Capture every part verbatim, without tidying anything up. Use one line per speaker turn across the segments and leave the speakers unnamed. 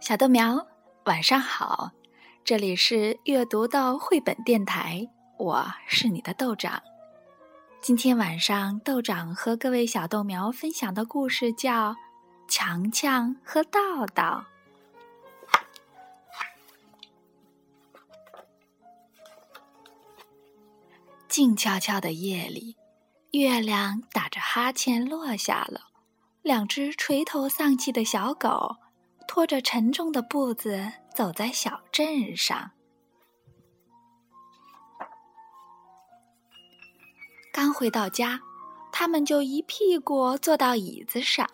小豆苗，晚上好，这里是阅读的绘本电台，我是你的豆长。今天晚上豆长和各位小豆苗分享的故事叫《强强和道道》。静悄悄的夜里，月亮打着哈欠落下了，两只垂头丧气的小狗拖着沉重的步子走在小镇上。刚回到家，他们就一屁股坐到椅子上。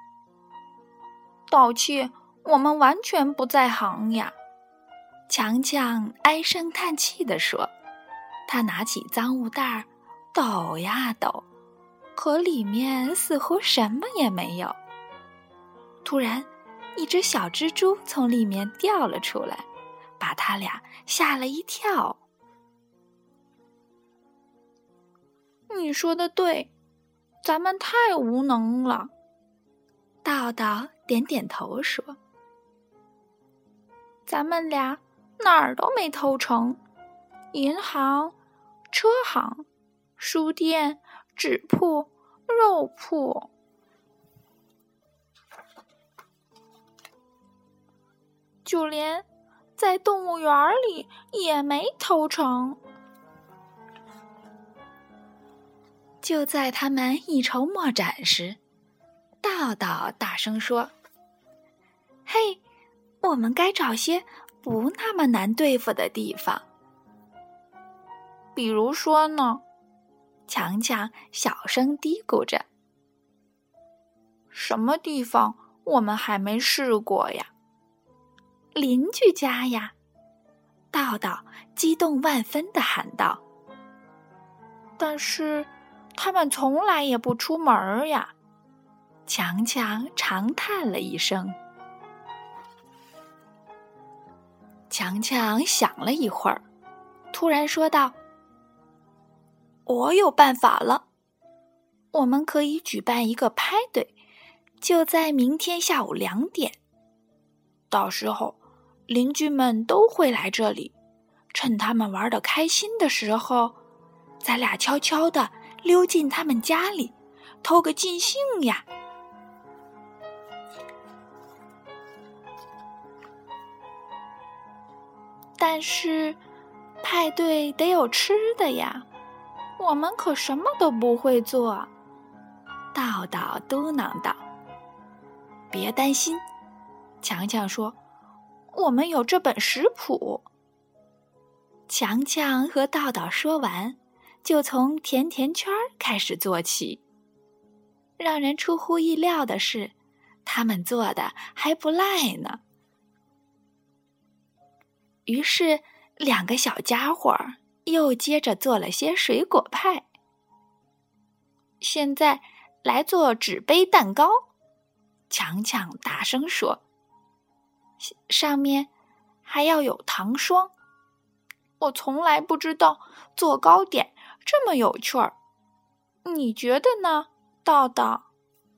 道歉，我们完全不在行呀。
强强唉声叹气地说，他拿起赃物袋抖呀抖，可里面似乎什么也没有。突然，一只小蜘蛛从里面掉了出来，把他俩吓了一跳。
你说的对，咱们太无能了。
道道点点头说，
咱们俩哪儿都没偷成，银行、车行、书店、纸铺、肉铺，就连在动物园里也没偷成。
就在他们一筹莫展时，道道大声说，嘿，我们该找些不那么难对付的地方。
比如说呢？
强强小声嘀咕着。
什么地方我们还没试过呀？
邻居家呀！道道激动万分地喊道。
但是他们从来也不出门呀。
强强长叹了一声。强强想了一会儿，突然说道，我有办法了，我们可以举办一个派对，就在明天下午两点。到时候邻居们都会来这里，趁他们玩得开心的时候，咱俩悄悄地溜进他们家里，偷个尽兴呀。但是派对得有吃的呀，
我们可什么都不会做。
道道嘟囔道。别担心，强强说，我们有这本食谱。强强和道道说完，就从甜甜圈开始做起。让人出乎意料的是，他们做的还不赖呢。于是两个小家伙又接着做了些水果派。现在来做纸杯蛋糕，强强大声说，上面还要有糖霜。我从来不知道做糕点这么有趣儿，你觉得呢，道道？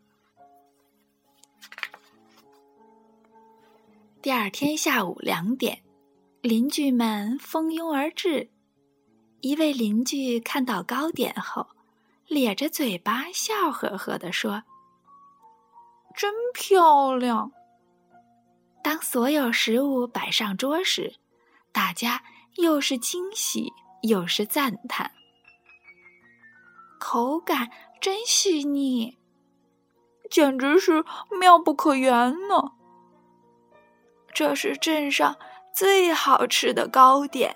第二天下午两点，邻居们蜂拥而至。一位邻居看到糕点后，咧着嘴巴笑呵呵地说，
真漂亮。
当所有食物摆上桌时，大家又是惊喜又是赞叹。口感真细腻，
简直是妙不可言呢。
这是镇上最好吃的糕点。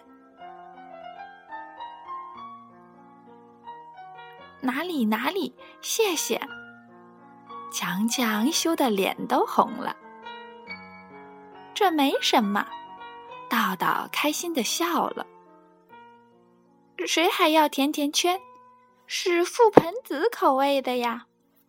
哪里哪里，谢谢。强强羞得脸都红了。这没什么，道道开心地笑了。谁还要甜甜圈？是覆盆子口味的呀。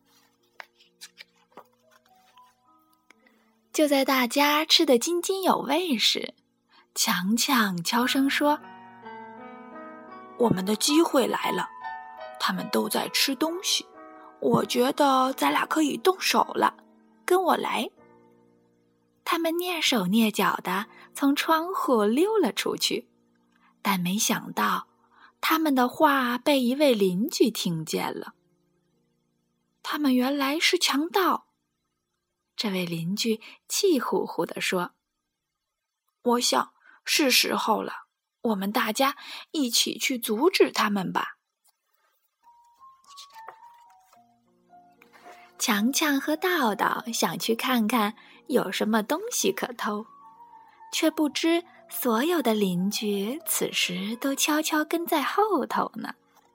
就在大家吃得津津有味时，强强悄声说，我们的机会来了，他们都在吃东西，我觉得咱俩可以动手了，跟我来。 他们蹑手蹑脚地从窗户溜了出去，但没想到他们的话被一位邻居听见了。他们原来是强盗。这位邻居气呼呼地说：我想是时候了，我们大家一起去阻止他们吧。强强和道道想去看看有什么东西可偷，却不知所有的邻居此时都悄悄跟在后头呢。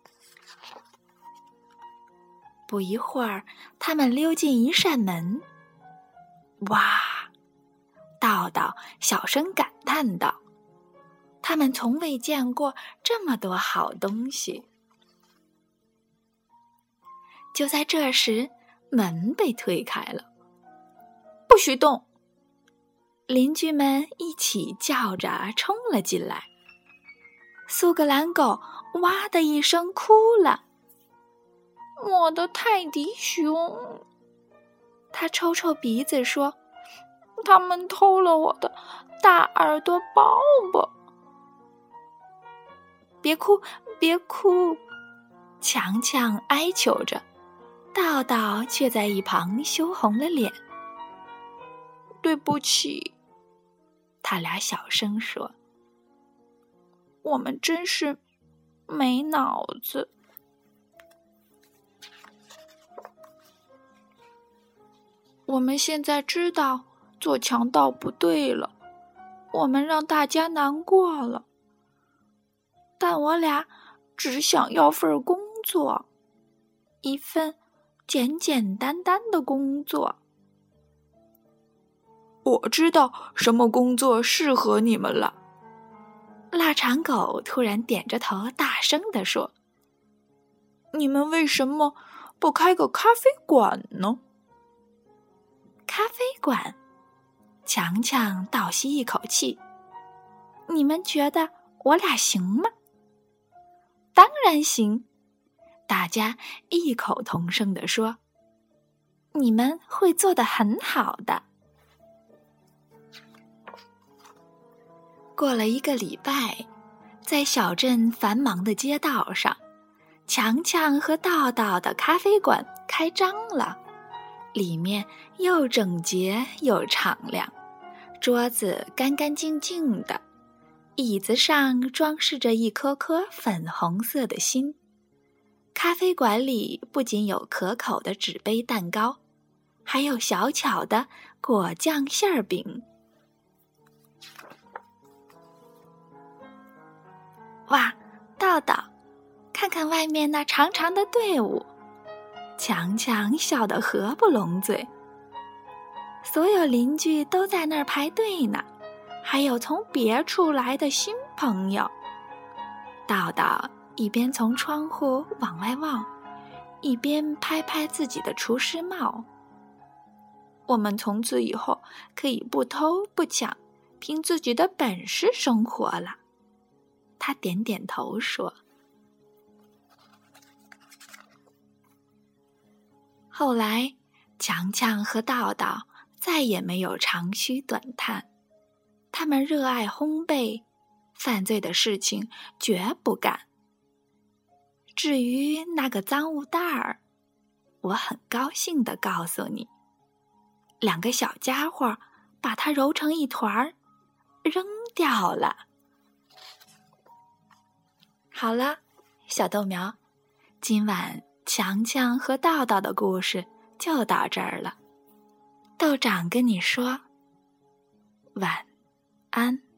不一会儿，他们溜进一扇门。哇！道道小声感叹道：他们从未见过这么多好东西。就在这时，门被推开了。不许动！邻居们一起叫着冲了进来。苏格兰狗哇的一声哭了。
我的泰迪熊，
他抽抽鼻子说：
他们偷了我的大耳朵包包。
别哭，别哭！强强哀求着，道道却在一旁羞红了脸。
对不起，
他俩小声说：
我们真是没脑子。我们现在知道做强盗不对了，我们让大家难过了。但我俩只想要份工作，一份简简单单的工作。
我知道什么工作适合你们了。
腊肠狗突然点着头大声地说：
你们为什么不开个咖啡馆呢？
咖啡馆？强强倒吸一口气。你们觉得我俩行吗？当然行！大家异口同声地说：你们会做得很好的。过了一个礼拜，在小镇繁忙的街道上，强强和道道的咖啡馆开张了。里面又整洁又敞亮，桌子干干净净的，椅子上装饰着一颗颗粉红色的心。咖啡馆里不仅有可口的纸杯蛋糕，还有小巧的果酱馅饼。哇，道道，看看外面那长长的队伍！强强笑得合不拢嘴。所有邻居都在那儿排队呢，还有从别处来的新朋友。道道一边从窗户往外望，一边拍拍自己的厨师帽。我们从此以后可以不偷不抢，凭自己的本事生活了。他点点头说。后来，强强和道道再也没有长吁短叹，他们热爱烘焙，犯罪的事情绝不干。至于那个赃物袋儿，我很高兴地告诉你，两个小家伙把它揉成一团儿，扔掉了。好了，小豆苗，今晚强强和道道的故事就到这儿了。豆长跟你说晚安。